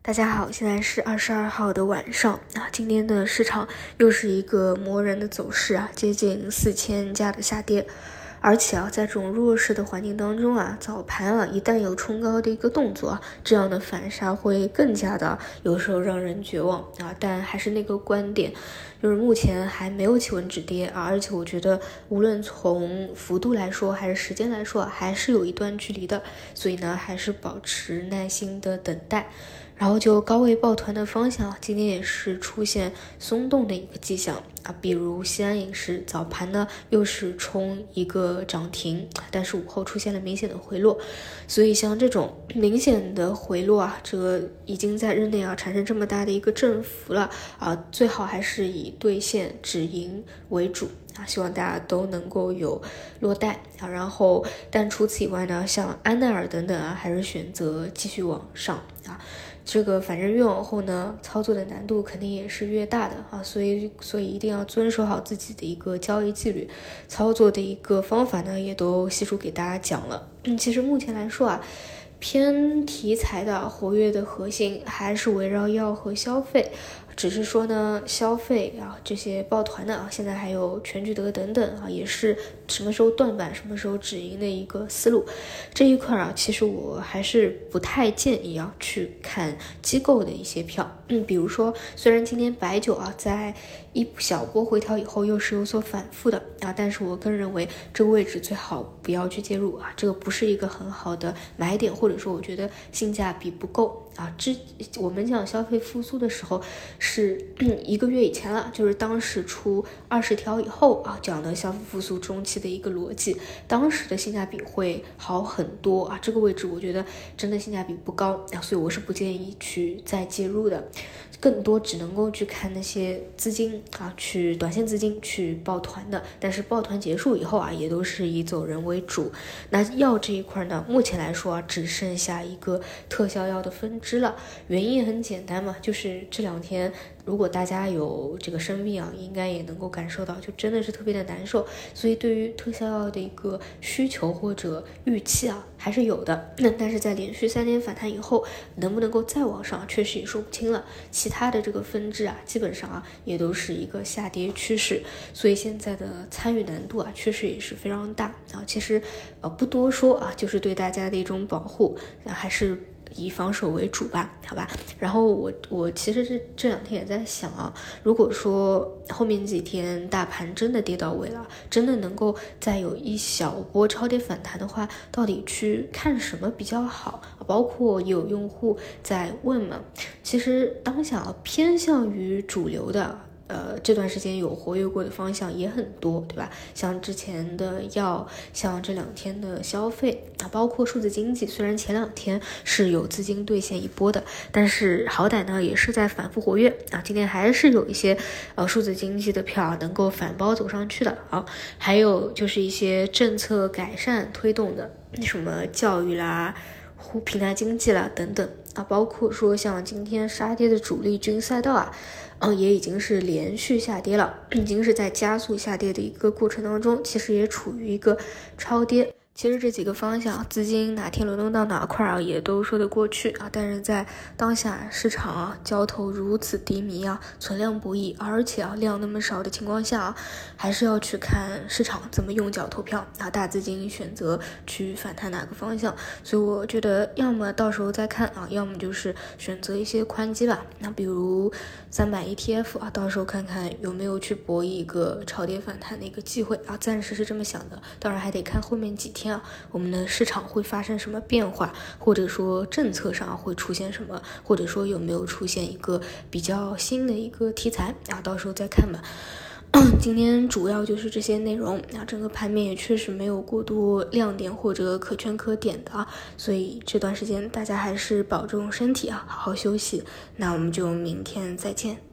大家好，现在是22号的晚上啊，今天的市场又是一个磨人的走势啊，接近4000家的下跌。而且啊，在这种弱势的环境当中啊，早盘啊一旦有冲高的一个动作啊，这样的反杀会更加的有时候让人绝望啊。但还是那个观点，就是目前还没有企稳止跌啊，而且我觉得无论从幅度来说还是时间来说，还是有一段距离的，所以呢，还是保持耐心的等待。然后就高位抱团的方向，今天也是出现松动的一个迹象啊，比如西安饮食早盘呢又是冲一个涨停，但是午后出现了明显的回落，所以像这种明显的回落啊，这个已经在日内啊产生这么大的一个振幅了啊，最好还是以兑现止盈为主啊，希望大家都能够有落袋啊，然后但除此以外呢，像安奈尔等等啊，还是选择继续往上啊。这个反正越往后呢，操作的难度肯定也是越大的啊，所以一定要遵守好自己的一个交易纪律，操作的一个方法呢，也都悉数给大家讲了。其实目前来说啊，偏题材的活跃的核心还是围绕药和消费。只是说呢，消费啊这些抱团的啊，现在还有全聚德等等啊，也是什么时候断板什么时候止盈的一个思路。这一块啊，其实我还是不太建议啊去看机构的一些票。比如说，虽然今天白酒啊在一小波回调以后又是有所反复的啊，但是我个人认为这个位置最好不要去介入啊，这个不是一个很好的买点，或者说我觉得性价比不够啊。我们讲消费复苏的时候是1个月以前了，就是当时出20条以后啊讲的消费复苏中期的一个逻辑，当时的性价比会好很多啊。这个位置我觉得真的性价比不高啊，所以我是不建议去再介入的，更多只能够去看那些资金啊，去短线资金去抱团的，但是抱团结束以后啊，也都是以走人为主。那药这一块呢，目前来说啊，只剩下一个特效药的分支了，原因也很简单嘛，就是这2天如果大家有这个生病啊，应该也能够感受到，就真的是特别的难受，所以对于特效药的一个需求或者预期啊，还是有的。但是在连续3天反弹以后，能不能够再往上，确实也说不清了。其他的这个分支啊，基本上啊，也都是一个下跌趋势，所以现在的参与难度啊，确实也是非常大啊。其实不多说啊，就是对大家的一种保护，还是以防守为主吧，好吧。然后我其实是这2天也在想啊，如果说后面几天大盘真的跌到位了，真的能够再有一小波超跌反弹的话，到底去看什么比较好？包括有用户在问嘛，其实当下偏向于主流的。这段时间有活跃过的方向也很多，对吧？像之前的药，像这2天的消费啊，包括数字经济。虽然前2天是有资金兑现一波的，但是好歹呢也是在反复活跃啊。今天还是有一些数字经济的票能够反包走上去的啊。还有就是一些政策改善推动的，什么教育啦、平台经济啦等等啊，包括说像今天杀跌的主力军赛道啊。也已经是连续下跌了，已经是在加速下跌的一个过程当中，其实也处于一个超跌。其实这几个方向，资金哪天轮动到哪块啊，也都说得过去啊。但是在当下市场啊交投如此低迷啊，存量博弈，而且啊量那么少的情况下啊，还是要去看市场怎么用脚投票啊，大资金选择去反弹哪个方向。所以我觉得，要么到时候再看啊，要么就是选择一些宽基吧。那比如300 ETF 啊，到时候看看有没有去博一个超跌反弹的一个机会啊。暂时是这么想的，当然还得看后面几天。我们的市场会发生什么变化，或者说政策上会出现什么，或者说有没有出现一个比较新的一个题材啊，到时候再看吧。今天主要就是这些内容啊，整个盘面也确实没有过多亮点或者可圈可点的啊，所以这段时间大家还是保重身体啊，好好休息。那我们就明天再见。